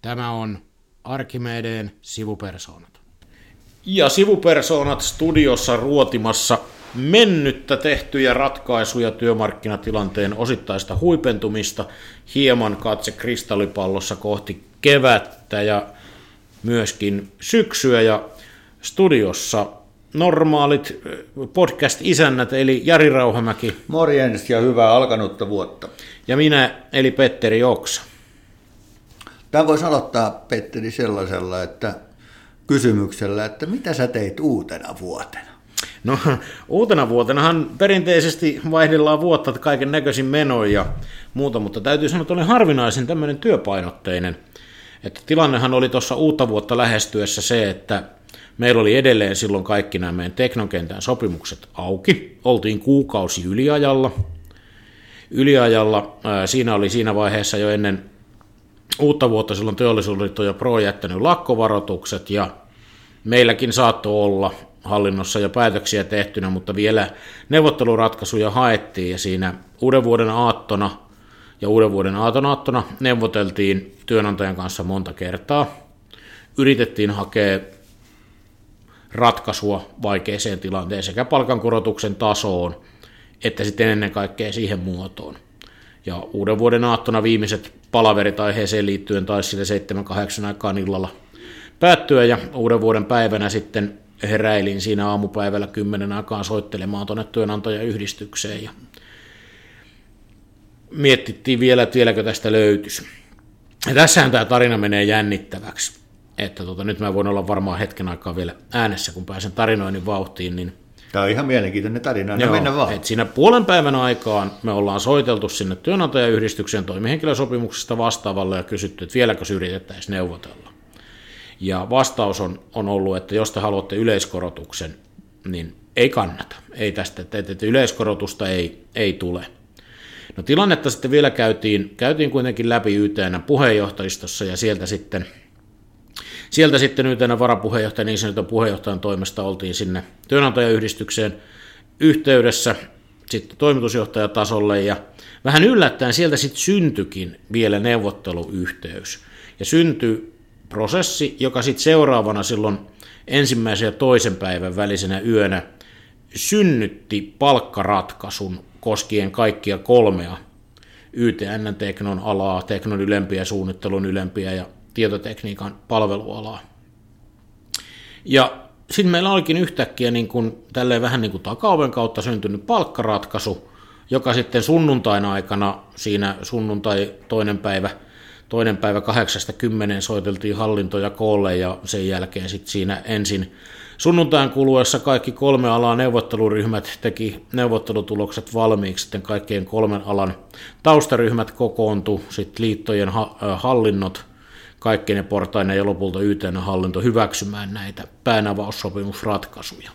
Tämä on Arkimedeen sivupersoonat. Ja sivupersoonat studiossa ruotimassa mennyttä tehtyjä ratkaisuja työmarkkinatilanteen osittaista huipentumista, hieman katse kristallipallossa kohti kevättä ja myöskin syksyä, ja studiossa normaalit podcast-isännät, eli Jari Rauhamäki. Morjens ja hyvää alkanutta vuotta. Ja minä, eli Petteri Oksa. Tämä voisi aloittaa, Petteri, sellaisella kysymyksellä, että mitä sä teit uutena vuotena? No, uutena vuotenahan perinteisesti vaihdellaan vuotta kaiken näköisin menoin ja muuta, mutta täytyy sanoa, että olen harvinaisen tämmöinen työpainotteinen. Että tilannehan oli tuossa uutta vuotta lähestyessä se, että meillä oli edelleen silloin kaikki nämä meidän teknokentän sopimukset auki. Oltiin kuukausi yliajalla. Siinä oli siinä vaiheessa jo ennen uutta vuotta silloin Teollisuusliitto ja Pro jättänyt lakkovaroitukset, ja meilläkin saattoi olla hallinnossa jo päätöksiä tehtynä, mutta vielä neuvotteluratkaisuja haettiin, ja siinä uuden vuoden aattona ja uuden vuoden aattona neuvoteltiin työnantajan kanssa monta kertaa. Yritettiin hakea ratkaisua vaikeaseen tilanteeseen sekä palkankorotuksen tasoon että sitten ennen kaikkea siihen muotoon. Ja uuden vuoden aattona viimeiset palaverit aiheeseen liittyen taisi sille 7-8 aikaan illalla päättyä, ja uuden vuoden päivänä sitten heräilin siinä aamupäivällä 10 aikaan soittelemaan tuonne työnantajayhdistykseen, ja mietittiin vielä, että vieläkö tästä löytyisi. Ja tässähän tämä tarina menee jännittäväksi, että nyt mä voin olla varmaan hetken aikaa vielä äänessä, kun pääsen tarinoinnin vauhtiin, niin tämä on ihan mielenkiintoinen tarina, mennä vaan. Että siinä puolen päivän aikaan me ollaan soiteltu sinne työnantajayhdistyksen toimihenkilösopimuksesta vastaavalle ja kysytty, että vieläkö yritettäisiin neuvotella. Ja vastaus on ollut, että jos te haluatte yleiskorotuksen, niin ei kannata. Ei tästä, että yleiskorotusta ei tule. No, tilannetta sitten vielä käytiin kuitenkin läpi YT:n puheenjohtajistossa, ja sieltä sitten YT:n varapuheenjohtajan, niin sanotun puheenjohtajan toimesta oltiin sinne työnantajayhdistykseen yhteydessä sitten toimitusjohtajatasolle, ja vähän yllättäen sieltä sitten syntyikin vielä neuvotteluyhteys. Ja syntyi prosessi, joka sitten seuraavana silloin ensimmäisen ja toisen päivän välisenä yönä synnytti palkkaratkaisun koskien kaikkia kolmea YTN:n teknon alaa, teknon ylempiä, suunnittelun ylempiä ja tietotekniikan palvelualaa. Ja sitten meillä olikin yhtäkkiä tälleen vähän niin kuin takaoven kautta syntynyt palkkaratkaisu, joka sitten sunnuntain aikana, siinä sunnuntai toinen päivä 8-10 soiteltiin hallintoja koolle, ja sen jälkeen sitten siinä ensin sunnuntain kuluessa kaikki kolme alaa neuvotteluryhmät teki neuvottelutulokset valmiiksi, sitten kaikkien kolmen alan taustaryhmät kokoontui, sitten liittojen hallinnot kaikkien portainen ja lopulta YT:n hallinto hyväksymään näitä päänavaussopimusratkaisuja.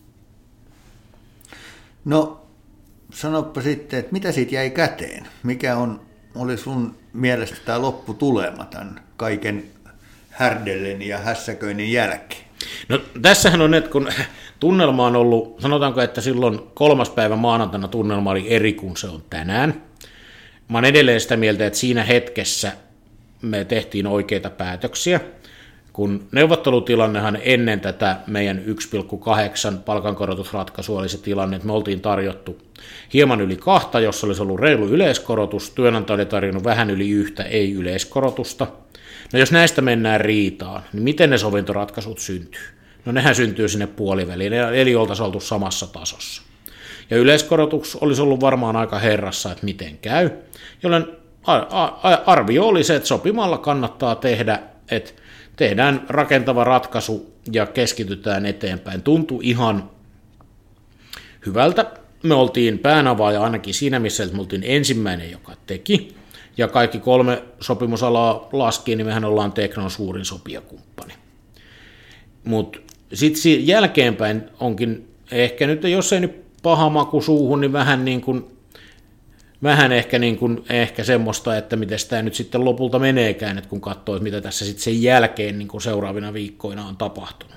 No, sanoppa sitten, että mitä siitä jäi käteen? Mikä oli sun mielestä tämä lopputulema tämän kaiken härdellen ja hässäköinnin jälkeen? No, tässähän on, että kun tunnelma on ollut, sanotaanko, että silloin 3. päivä maanantaina tunnelma oli eri kuin se on tänään. Mä oon edelleen sitä mieltä, että siinä hetkessä me tehtiin oikeita päätöksiä, kun neuvottelutilannehan ennen tätä meidän 1,8 palkankorotusratkaisua oli se tilanne, että me oltiin tarjottu hieman yli 2, jossa olisi ollut reilu yleiskorotus, työnantaja oli tarjonnut vähän yli 1 ei-yleiskorotusta. No, jos näistä mennään riitaan, niin miten ne sovintoratkaisut syntyy? No, nehän syntyy sinne puoliväliin, eli oltaisiin oltu samassa tasossa. Ja yleiskorotus olisi ollut varmaan aika herrassa, että miten käy, jolloin arvio oli se, että sopimalla kannattaa tehdä, että tehdään rakentava ratkaisu ja keskitytään eteenpäin. Tuntui ihan hyvältä. Me oltiin päänavaaja ainakin siinä, missä me oltiin ensimmäinen, joka teki. Ja kaikki 3 sopimusalaa laski, niin mehän ollaan teknon suurin sopijakumppani. Mutta sitten jälkeenpäin onkin ehkä nyt, jos ei nyt paha maku suuhun, niin vähän ehkä semmoista, että miten tämä nyt sitten lopulta meneekään, että kun katsoo, että mitä tässä sitten sen jälkeen niin kuin seuraavina viikkoina on tapahtunut.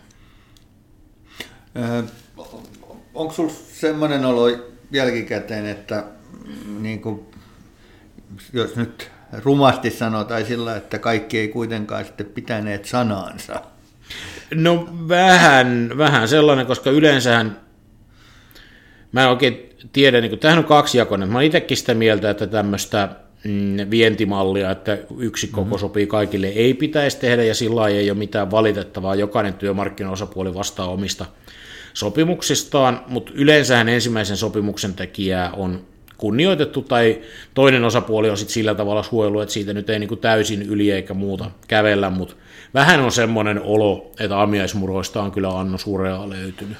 Onko sinulla semmoinen olo jälkikäteen, että jos nyt rumasti sanoo, tai sillä, että kaikki ei kuitenkaan sitten pitäneet sanaansa? No vähän sellainen, koska yleensähän, mä en oikein tiedä, niin tämähän on kaksijakoinen. Mä olen itsekin sitä mieltä, että tämmöistä vientimallia, että yksi koko sopii kaikille, ei pitäisi tehdä, ja sillä lailla ei ole mitään valitettavaa. Jokainen työmarkkinaosapuoli vastaa omista sopimuksistaan, mutta yleensähän ensimmäisen sopimuksen tekijää on kunnioitettu, tai toinen osapuoli on sitten sillä tavalla suojellut, että siitä nyt ei niin kuin täysin yli eikä muuta kävellä, mutta vähän on semmoinen olo, että aamiaismuroista on kyllä annos ureaa löytynyt.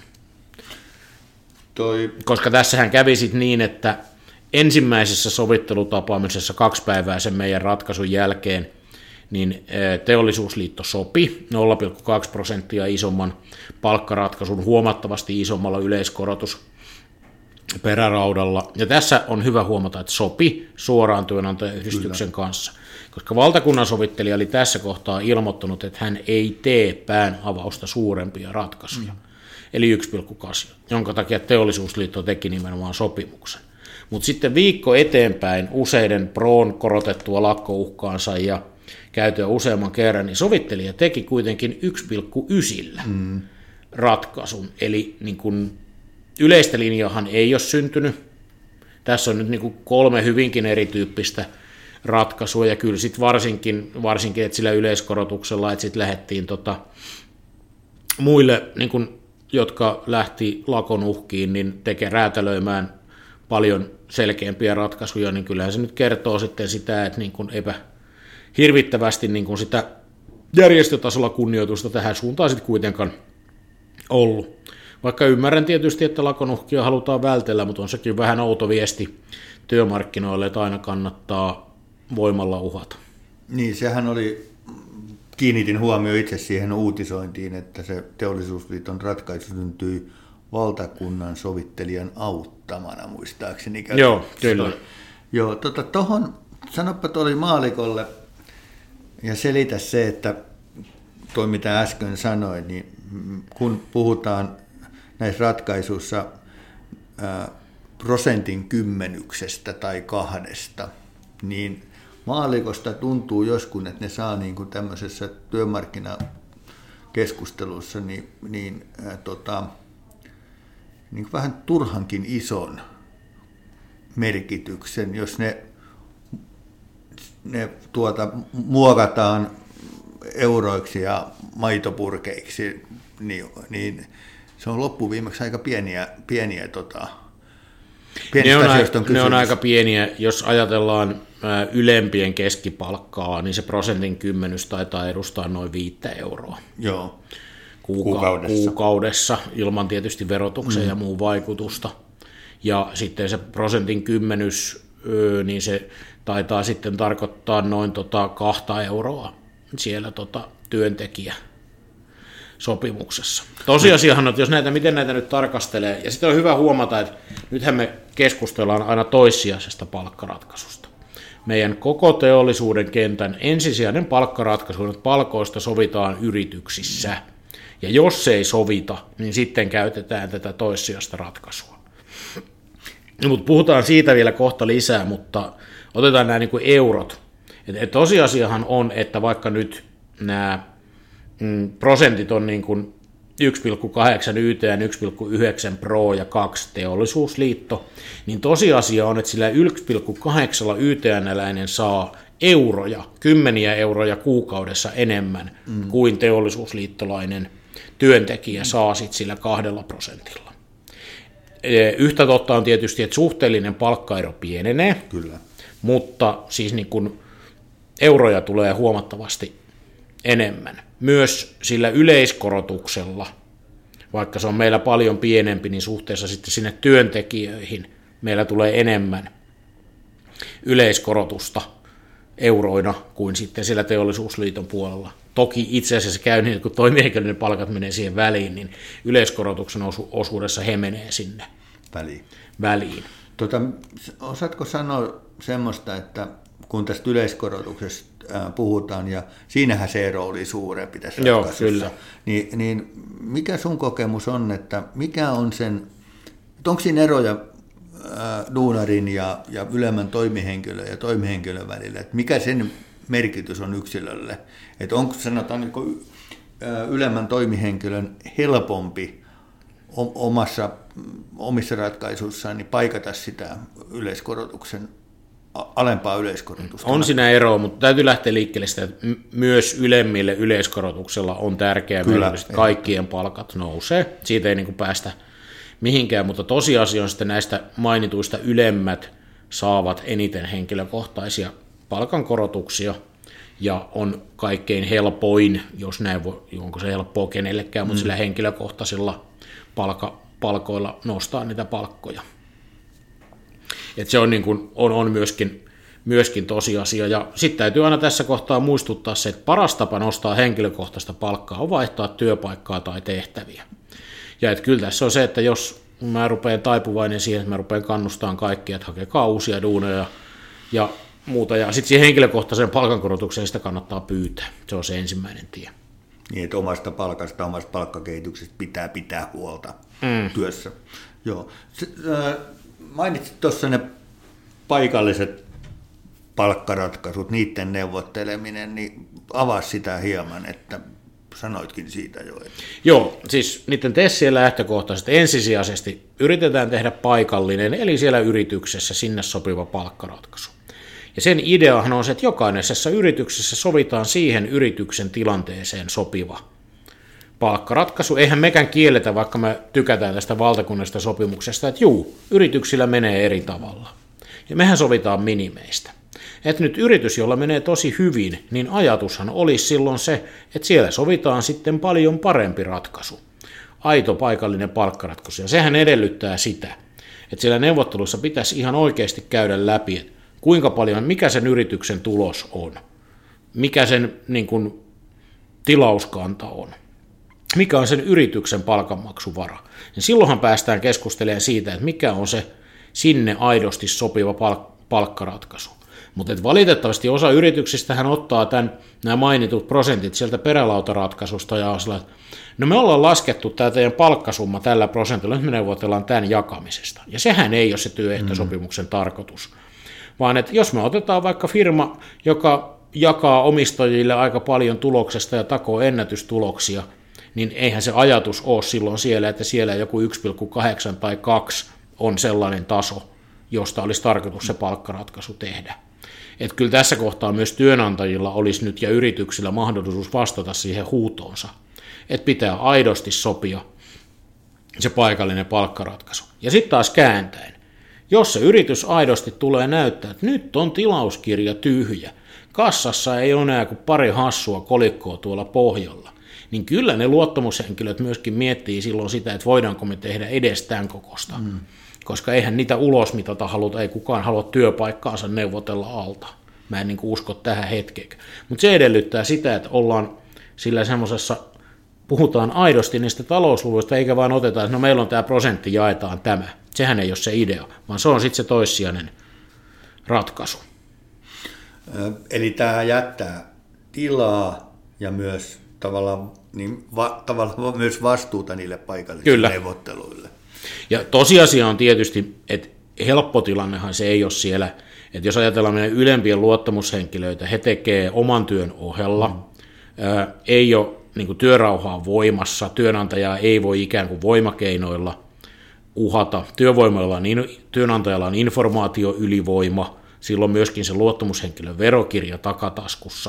Koska tässähän kävi sitten niin, että ensimmäisessä sovittelutapaamisessa 2 päivää sen meidän ratkaisun jälkeen, niin Teollisuusliitto sopi 0,2% isomman palkkaratkaisun huomattavasti isommalla yleiskorotus peräraudalla. Ja tässä on hyvä huomata, että sopi suoraan työnantajayhdistyksen kanssa, koska valtakunnan sovittelija oli tässä kohtaa ilmoittanut, että hän ei tee pään avausta suurempia ratkaisuja, eli 1,8, jonka takia Teollisuusliitto teki nimenomaan sopimuksen. Mutta sitten viikko eteenpäin useiden proon korotettua lakkouhkaansa ja käytyä useamman kerran, niin sovittelija teki kuitenkin 1,9 ratkaisun. Eli niin kun yleistä linjahan ei ole syntynyt. Tässä on nyt niin kun 3 hyvinkin erityyppistä ratkaisua, ja kyllä sitten varsinkin että sillä yleiskorotuksella, että sitten lähdettiin muille, niin kun, jotka lähti lakon uhkiin, niin räätälöimään paljon selkeämpiä ratkaisuja, niin kyllähän se nyt kertoo sitten sitä, että niin kuin hirvittävästi niin kuin sitä järjestötasolla kunnioitusta tähän suuntaan sitten kuitenkaan ollut. Vaikka ymmärrän tietysti, että lakon uhkia halutaan vältellä, mutta on sekin vähän outo viesti työmarkkinoille, että aina kannattaa voimalla uhata. Niin, sehän oli, kiinnitin huomioon itse siihen uutisointiin, että se Teollisuusliiton ratkaisu syntyi valtakunnan sovittelijan auttamana, muistaakseni. Joo, kyllä. Joo, tohon, sanoppa tuolle maalikolle ja selitä se, että toi mitä äsken sanoin, niin kun puhutaan näissä ratkaisuissa prosentin kymmenyksestä tai 2, niin maalikosta tuntuu joskus, että ne saa niin kuin tämmöisessä työmarkkinakeskustelussa niin vähän turhankin ison merkityksen, jos ne muokataan euroiksi ja maitopurkeiksi, niin se on loppuviimeksi aika pieniä ne on aika pieniä, jos ajatellaan ylempien keskipalkkaa, niin se prosentin kymmenys taitaa edustaa noin 5 euroa. Joo. Kuukaudessa, ilman tietysti verotuksen ja muun vaikutusta. Ja sitten se prosentin kymmenys, niin se taitaa sitten tarkoittaa noin 2 euroa siellä työntekijäsopimuksessa. Tosiasiahan on, että jos miten näitä nyt tarkastelee, ja sitten on hyvä huomata, että nythän me keskustellaan aina toissijaisesta palkkaratkaisusta. Meidän koko teollisuuden kentän ensisijainen palkkaratkaisu on, että palkoista sovitaan yrityksissä. Ja jos se ei sovita, niin sitten käytetään tätä toissijaista ratkaisua. Mutta puhutaan siitä vielä kohta lisää, mutta otetaan nämä niin kuin eurot. Et tosiasiahan on, että vaikka nyt nämä prosentit on niin kuin 1,8 YTN, 1,9 Pro ja 2 Teollisuusliitto, niin tosiasia on, että sillä 1,8 YTN-läinen saa euroja, 10 euroja kuukaudessa enemmän kuin teollisuusliittolainen työntekijä saa sit sillä 2%. Yhtä totta on tietysti, että suhteellinen palkkaero pienenee, kyllä, mutta siis niin kun euroja tulee huomattavasti enemmän. Myös sillä yleiskorotuksella, vaikka se on meillä paljon pienempi, niin suhteessa sitten sinne työntekijöihin meillä tulee enemmän yleiskorotusta euroina kuin sitten siellä Teollisuusliiton puolella. Toki itse asiassa käy niin, että kun toimihenkilöiden palkat menee siihen väliin, niin yleiskorotuksen osuudessa he menee sinne väliin. Osaatko sanoa semmoista, että kun tästä yleiskorotuksesta puhutaan, ja siinähän se ero oli suurempi tässä ratkaisussa, niin mikä sun kokemus on, että mikä on sen, onko siinä eroja duunarin ja ylemmän toimihenkilön ja toimihenkilön välillä, että mikä sen merkitys on yksilölle, että onko sanotaan niin ylemmän toimihenkilön helpompi omissa ratkaisuissaan niin paikata sitä alempaa yleiskorotusta. On siinä eroa, mutta täytyy lähteä liikkeelle sitä, että myös ylemmille yleiskorotuksella on tärkeä merkitys, että kaikkien palkat nousee. Siitä ei niin kuin päästä mihinkään, mutta tosiasia on sitten näistä mainituista ylemmät saavat eniten henkilökohtaisia palkankorotuksia ja on kaikkein helpoin, jos näin voi, onko se helppoa kenellekään, mutta sillä henkilökohtaisilla palkoilla nostaa niitä palkkoja. Et se on, niin kuin, on myöskin tosiasia. Ja sitten täytyy aina tässä kohtaa muistuttaa se, että paras tapa nostaa henkilökohtaista palkkaa on vaihtaa työpaikkaa tai tehtäviä. Ja että kyllä tässä on se, että jos mä rupean taipuvainen siihen, että mä rupean kannustamaan kaikkia, että hakekaa uusia duuneja ja muuta. Ja sitten siihen henkilökohtaiseen palkankorotukseen sitä kannattaa pyytää. Se on se ensimmäinen tie. Niin, että omasta palkasta, omasta palkkakehityksestä pitää huolta työssä. Joo. Mainitsit tuossa ne paikalliset palkkaratkaisut, niiden neuvotteleminen, niin avaa sitä hieman, että sanoitkin siitä jo. Että... Joo, siis niiden TESien lähtökohtaisesti ensisijaisesti yritetään tehdä paikallinen, eli siellä yrityksessä sinne sopiva palkkaratkaisu. Ja sen ideahan on se, että jokaisessa yrityksessä sovitaan siihen yrityksen tilanteeseen sopiva palkkaratkaisu. Eihän mekään kielletä, vaikka me tykätään tästä valtakunnallisesta sopimuksesta, että yrityksillä menee eri tavalla. Ja mehän sovitaan minimeistä. Että nyt yritys, jolla menee tosi hyvin, niin ajatushan olisi silloin se, että siellä sovitaan sitten paljon parempi ratkaisu. Aito paikallinen palkkaratkaisu. Ja sehän edellyttää sitä, että siellä neuvottelussa pitäisi ihan oikeasti käydä läpi, että kuinka paljon, mikä sen yrityksen tulos on, mikä sen niin kuin, tilauskanta on, mikä on sen yrityksen palkanmaksuvara. Ja silloinhan päästään keskustelemaan siitä, että mikä on se sinne aidosti sopiva palkkaratkaisu. Mutta valitettavasti osa yrityksistähän ottaa nämä mainitut prosentit sieltä perälautaratkaisusta ja on sellainen, että no me ollaan laskettu tämä teidän palkkasumma tällä prosentilla, nyt me neuvotellaan tämän jakamisesta. Ja sehän ei ole se työehtosopimuksen tarkoitus. Vaan että jos me otetaan vaikka firma, joka jakaa omistajille aika paljon tuloksesta ja takoo ennätystuloksia, niin eihän se ajatus ole silloin siellä, että siellä joku 1,8 tai 2 on sellainen taso, josta olisi tarkoitus se palkkaratkaisu tehdä. Että kyllä tässä kohtaa myös työnantajilla olisi nyt ja yrityksillä mahdollisuus vastata siihen huutoonsa, että pitää aidosti sopia se paikallinen palkkaratkaisu. Ja sitten taas kääntäen, jos se yritys aidosti tulee näyttää, että nyt on tilauskirja tyhjä, kassassa ei ole enää kuin pari hassua kolikkoa tuolla pohjalla, niin kyllä ne luottamushenkilöt myöskin miettii silloin sitä, että voidaanko me tehdä edes tämän kokosta. Koska eihän niitä ulosmitata haluta, ei kukaan halua työpaikkaansa neuvotella alta. Mä en niin kuin usko tähän hetkeen. Mutta se edellyttää sitä, että ollaan sillä semmoisessa, puhutaan aidosti niistä talousluvuista, eikä vaan oteta, että no meillä on tämä prosentti, jaetaan tämä. Sehän ei ole se idea, vaan se on sitten se toissijainen ratkaisu. Eli tämä jättää tilaa ja myös tavallaan myös vastuuta niille paikallisille neuvotteluille. Ja tosiasia on tietysti, että helppo tilannehan se ei ole siellä, että jos ajatellaan meidän ylempien luottamushenkilöitä, he tekee oman työn ohella, ei ole niin kuin työrauhaa voimassa, työnantajaa ei voi ikään kuin voimakeinoilla uhata, työnantajalla on informaatioylivoima, silloin myöskin se luottamushenkilön verokirja takataskussa,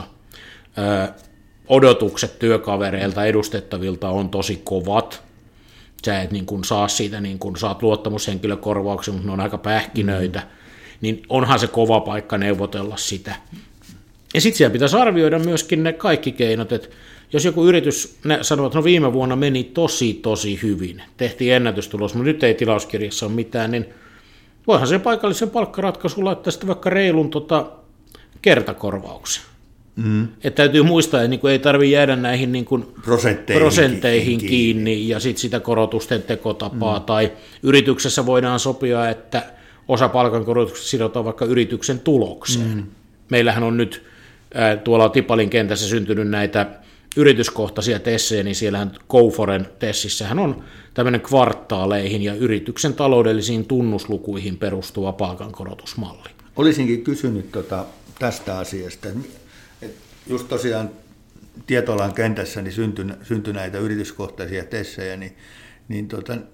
odotukset työkavereilta, edustettavilta on tosi kovat, sä et niin kuin saa siitä, niin kuin saat luottamushenkilökorvauksen, mutta ne on aika pähkinöitä, niin onhan se kova paikka neuvotella sitä. Ja sitten siellä pitäisi arvioida myöskin ne kaikki keinot, että jos joku yritys sanoo, että no viime vuonna meni tosi hyvin, tehtiin ennätystulos, mutta nyt ei tilauskirjassa ole mitään, niin voihan se paikallisen palkkaratkaisun laittaa sitten vaikka reilun kertakorvauksen. Että täytyy muistaa, että niin ei tarvitse jäädä näihin niin kuin prosentteihin kiinni ja sitten sitä korotusten tekotapaa. Tai yrityksessä voidaan sopia, että osa palkankorotuksesta sidotaan vaikka yrityksen tulokseen. Meillähän on nyt tuolla Tipalin kentässä syntynyt näitä yrityskohtaisia tessejä, niin siellähän Goforen tessissähän on tämmöinen kvartaaleihin ja yrityksen taloudellisiin tunnuslukuihin perustuva palkankorotusmalli. Olisinkin kysynyt tästä asiasta. Just tosiaan tietoalan kentässä niin syntyi näitä yrityskohtaisia tessejä, niin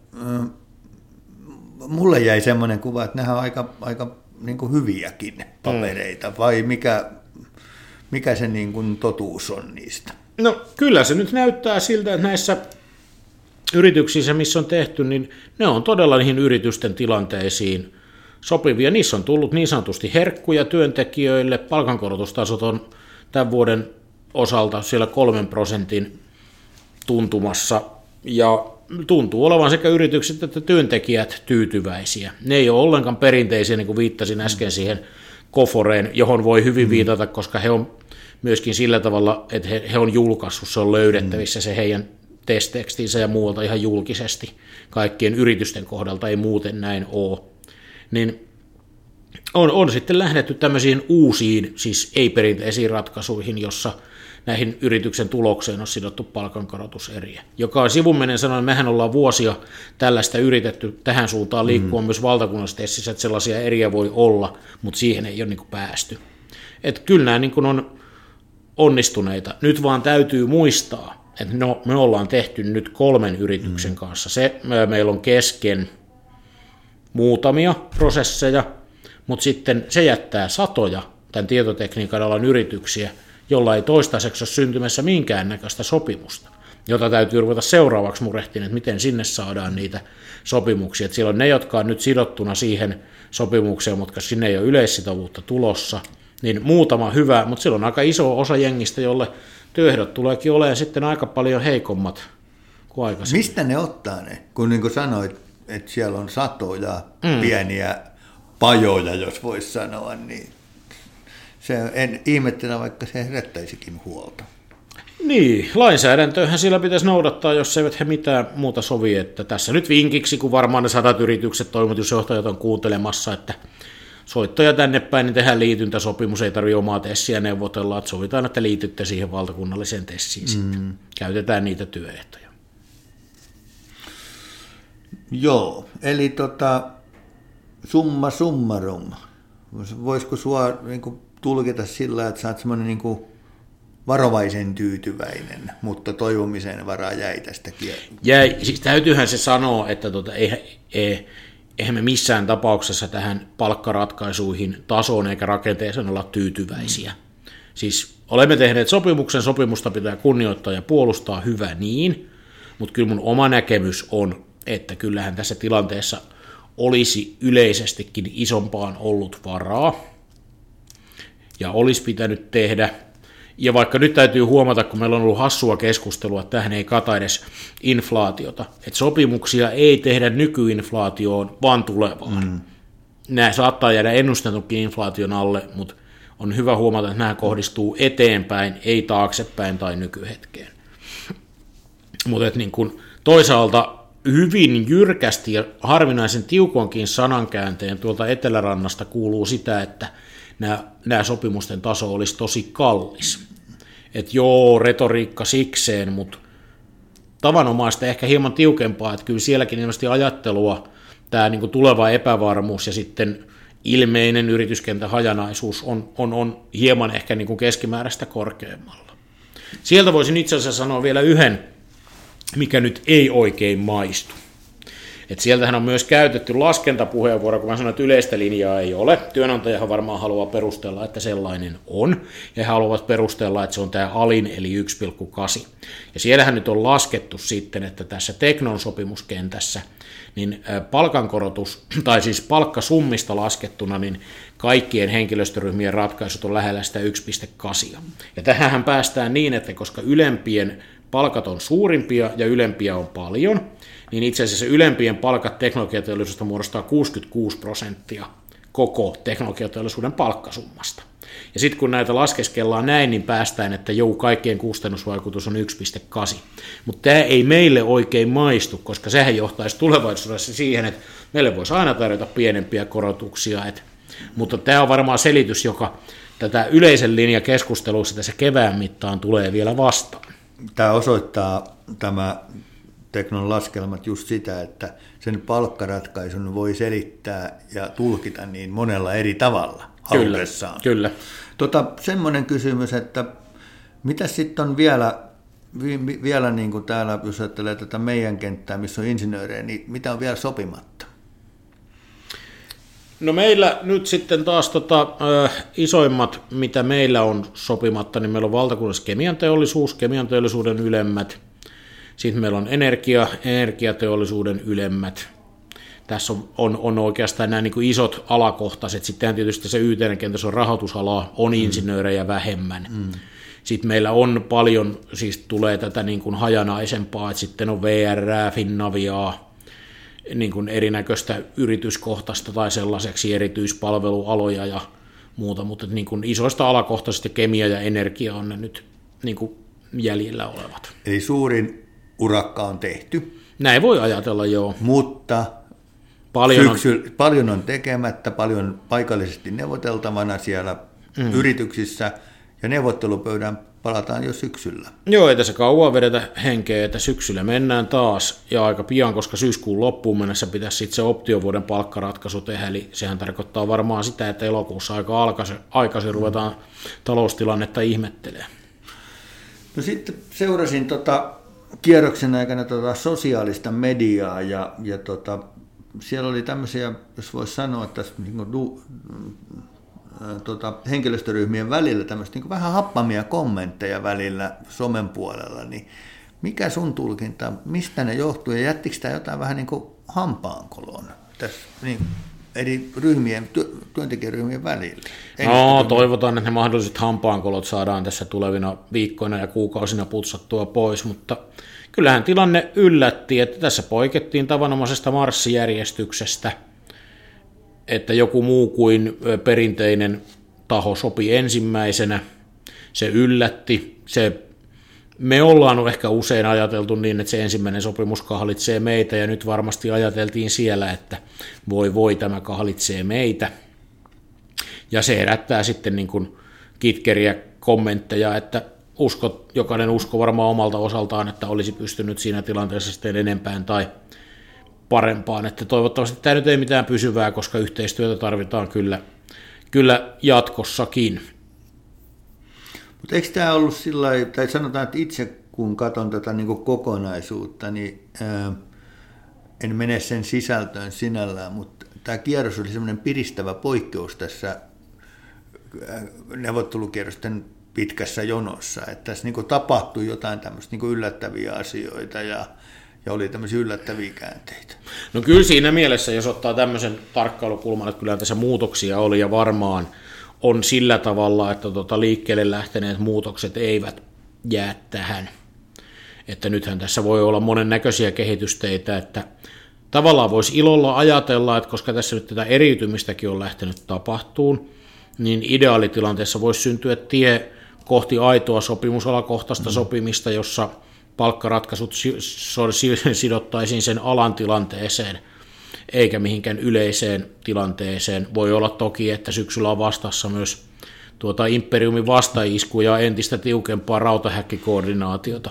mulle jäi semmoinen kuva, että nämä on aika niin kuin hyviäkin papereita, vai mikä se niin kuin totuus on niistä? No kyllä se nyt näyttää siltä, että näissä yrityksissä, missä on tehty, niin ne on todella niihin yritysten tilanteisiin sopivia. Niissä on tullut niin sanotusti herkkuja työntekijöille, palkankorotustasot on tämän vuoden osalta siellä 3% tuntumassa, ja tuntuu olevan sekä yritykset että työntekijät tyytyväisiä. Ne ei ole ollenkaan perinteisiä, niin kuin viittasin äsken siihen Goforeen, johon voi hyvin viitata, koska he on myöskin sillä tavalla, että he on julkaissut, se on löydettävissä se heidän tekstinsä ja muualta ihan julkisesti. Kaikkien yritysten kohdalta ei muuten näin ole. Niin on sitten lähdetty tämmöisiin uusiin, siis ei-perinteisiin ratkaisuihin, jossa näihin yrityksen tulokseen on sidottu palkankorotuseriä, joka on sivumennen sanoen, että mehän ollaan vuosia tällaista yritetty tähän suuntaan liikkua myös valtakunnallisessa tessissä, että sellaisia eriä voi olla, mutta siihen ei ole niin kuin päästy. Että kyllä nämä niin kuin on onnistuneita. Nyt vaan täytyy muistaa, että me ollaan tehty nyt 3 yrityksen kanssa. Meillä on kesken muutamia prosesseja, mutta sitten se jättää satoja tämän tietotekniikan alan yrityksiä, jolla ei toistaiseksi ole syntymässä minkäännäköistä sopimusta, jota täytyy ruveta seuraavaksi murehtimaan, että miten sinne saadaan niitä sopimuksia. Että siellä on ne, jotka on nyt sidottuna siihen sopimukseen, mutta sinne ei ole yleissitovuutta tulossa, niin muutama hyvä, mutta siellä on aika iso osa jengistä, jolle työehdot tuleekin olemaan sitten aika paljon heikommat kuin aikaisemmin. Mistä ne ottaa ne? Kun niin kuin sanoit, että siellä on satoja pieniä pajoja, jos voisi sanoa, niin en ihmettele, vaikka se herättäisikin huolta. Niin, lainsäädäntöähän siellä pitäisi noudattaa, jos eivät he mitään muuta sovi. Että tässä nyt vinkiksi, kun varmaan ne 100 yritykset, toimitusjohtajat on kuuntelemassa, että soittoja tänne päin, niin tehdään liityntäsopimus, ei tarvitse omaa tessiä neuvotella, että sovitaan, että liitytte siihen valtakunnalliseen tessiin sitten. Käytetään niitä työehtoja. Joo, eli summa summarum. Voisiko sua niin kuin tulkita sillä, että sä oot semmoinen niin kuin varovaisen tyytyväinen, mutta toivomisen varaa jäi tästäkin? Jäi, siis täytyyhän se sanoa, että eihän me missään tapauksessa tähän palkkaratkaisuihin tasoon eikä rakenteeseen olla tyytyväisiä. Siis olemme tehneet sopimuksen, sopimusta pitää kunnioittaa ja puolustaa, hyvä niin, mutta kyllä mun oma näkemys on, että kyllähän tässä tilanteessa olisi yleisestikin isompaan ollut varaa ja olisi pitänyt tehdä. Ja vaikka nyt täytyy huomata, kun meillä on ollut hassua keskustelua, että tähän ei kata edes inflaatiota, että sopimuksia ei tehdä nykyinflaatioon, vaan tulevaan. Nämä saattaa jäädä ennustettukin inflaation alle, mutta on hyvä huomata, että nämä kohdistuu eteenpäin, ei taaksepäin tai nykyhetkeen. Mutta niin kun toisaalta hyvin jyrkästi ja harvinaisen tiukonkin sanankäänteen tuolta Etelärannasta kuuluu sitä, että nämä sopimusten taso olisi tosi kallis. Että joo, retoriikka sikseen, mutta tavanomaista ehkä hieman tiukempaa, että kyllä sielläkin ilmeisesti ajattelua, tämä niin kuin tuleva epävarmuus ja sitten ilmeinen yrityskentän hajanaisuus on hieman ehkä niin kuin keskimääräistä korkeammalla. Sieltä voisin itse asiassa sanoa vielä yhden, mikä nyt ei oikein maistu. Et sieltähän on myös käytetty laskentapuheenvuoro, kun mä sanoin, että yleistä linjaa ei ole. Työnantajahan varmaan haluaa perustella, että sellainen on, ja he haluavat perustella, että se on tämä alin, eli 1,8. Ja siellähän nyt on laskettu sitten, että tässä Teknon sopimuskentässä, niin palkankorotus, tai siis palkkasummista laskettuna, niin kaikkien henkilöstöryhmien ratkaisut on lähellä sitä 1,8. Ja tähän päästään niin, että koska ylempien palkat on suurimpia ja ylempiä on paljon, niin itse asiassa ylempien palkat teknologiateollisuudesta muodostaa 66% koko teknologiateollisuuden palkkasummasta. Ja sitten kun näitä laskeskellaan näin, niin päästään, että kaikkien kustannusvaikutus on 1,8. Mutta tämä ei meille oikein maistu, koska sehän johtaisi tulevaisuudessa siihen, että meille voisi aina tarjota pienempiä korotuksia. Mutta tämä on varmaan selitys, joka tätä yleisen linjan keskustelussa tässä kevään mittaan tulee vielä vastaan. tämä osoittaa tämä Teknon laskelmat just sitä, että sen palkkaratkaisun voi selittää ja tulkita niin monella eri tavalla halutessaan. Kyllä. Semmoinen kysymys, että mitä sitten on vielä niin kuin täällä, jos ajattelee tätä meidän kenttää, missä on insinöörejä, niin mitä on vielä sopimatta? No meillä nyt sitten taas isoimmat, mitä meillä on sopimatta, niin meillä on valtakunnallisessa kemianteollisuuden ylemmät. Sitten meillä on energiateollisuuden ylemmät. Tässä on oikeastaan nämä niin kuin isot alakohtaiset. Sitten tietysti se YT-kentässä on rahoitusalaa, on insinöörejä vähemmän. Sitten meillä on paljon, siis tulee tätä niin kuin hajanaisempaa, että sitten on VR, Finnaviaa, niin kuin erinäköistä yrityskohtaista tai sellaiseksi erityispalvelualoja ja muuta, mutta niin kuin isoista alakohtaisista kemia ja energia on ne nyt niin kuin jäljellä olevat. Eli suurin urakka on tehty. Näin voi ajatella, joo. Mutta paljon on tekemättä, paljon paikallisesti neuvoteltavana siellä yrityksissä, ja neuvottelupöydän palataan jo syksyllä. Joo, ei tässä kauan vedetä henkeä, että syksyllä mennään taas, ja aika pian, koska syyskuun loppuun mennessä pitäisi sitten se optiovuoden palkkaratkaisu tehdä, eli sehän tarkoittaa varmaan sitä, että elokuussa aika aikaisin ruvetaan taloustilannetta ihmettelemään. No sitten seurasin kierroksen aikana sosiaalista mediaa, ja siellä oli tämmöisiä, jos voisi sanoa, että henkilöstöryhmien välillä tämmöistä niin vähän happamia kommentteja välillä somen puolella, niin mikä sun tulkinta, mistä ne johtuu, ja jättikö tämä jotain vähän niin kuin hampaankoloon tässä niin, eri ryhmien, työntekijäryhmien välillä? No, toivotaan, että ne mahdolliset hampaankolot saadaan tässä tulevina viikkoina ja kuukausina putsattua pois, mutta kyllähän tilanne yllätti, että tässä poikettiin tavanomaisesta marssijärjestyksestä, että joku muu kuin perinteinen taho sopi ensimmäisenä, se yllätti, me ollaan ehkä usein ajateltu niin, että se ensimmäinen sopimus kahlitsee meitä, ja nyt varmasti ajateltiin siellä, että voi, tämä kahlitsee meitä, ja se herättää sitten niin kuin kitkeriä kommentteja, että jokainen usko varmaan omalta osaltaan, että olisi pystynyt siinä tilanteessa sitten enempään tai parempaan, että toivottavasti tämä nyt ei mitään pysyvää, koska yhteistyötä tarvitaan kyllä jatkossakin. Mutta eikö tämä ollut sillä lailla, tai sanotaan, että itse kun katson tätä niin kuin kokonaisuutta, niin en mene sen sisältöön sinällään, mutta tämä kierros oli semmoinen piristävä poikkeus tässä neuvottelukierrosten pitkässä jonossa, että tässä niin kuin tapahtui jotain tämmöistä niin kuin yllättäviä asioita ja oli tämmöisiä yllättäviä käänteitä. No kyllä siinä mielessä, jos ottaa tämmöisen tarkkailukulman, että kyllä tässä muutoksia oli ja varmaan on sillä tavalla, että liikkeelle lähteneet muutokset eivät jää tähän. Että nythän tässä voi olla monennäköisiä kehitysteitä, että tavallaan voisi ilolla ajatella, että koska tässä nyt tätä eriytymistäkin on lähtenyt tapahtumaan, niin ideaalitilanteessa voisi syntyä tie kohti aitoa sopimusalakohtaista sopimista, jossa palkkaratkaisut sidottaisiin sen alan tilanteeseen, eikä mihinkään yleiseen tilanteeseen. Voi olla toki, että syksyllä on vastassa myös Imperiumin vastaisku ja entistä tiukempaa rautahäkkikoordinaatiota.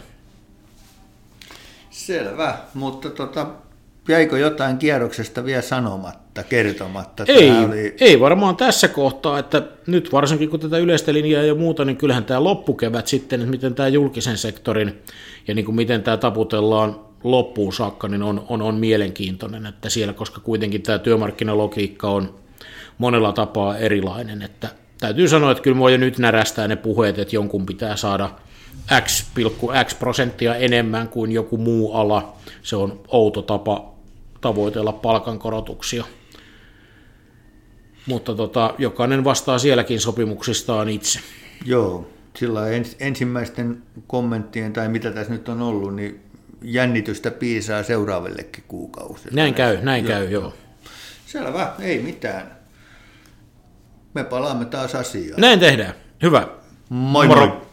Selvä, mutta jäikö jotain kierroksesta vielä sanomatta, kertomatta? Ei varmaan tässä kohtaa, että nyt varsinkin kun tätä yleistä linjaa ja muuta, niin kyllähän tämä loppukevät sitten, että miten tämä julkisen sektorin ja niin kuin miten tämä taputellaan loppuun saakka, niin on mielenkiintoinen, että siellä, koska kuitenkin tämä työmarkkinalogiikka on monella tapaa erilainen, että täytyy sanoa, että kyllä mua jo nyt närästää ne puheet, että jonkun pitää saada X% enemmän kuin joku muu ala. Se on outo tapa tavoitella palkankorotuksia. Mutta jokainen vastaa sielläkin sopimuksistaan itse. Joo, sillä ensimmäisten kommenttien, tai mitä tässä nyt on ollut, niin jännitystä piisaa seuraavallekin kuukausille. Näin käy, joo. Selvä, ei mitään. Me palaamme taas asiaan. Näin tehdään. Hyvä. Moi moi.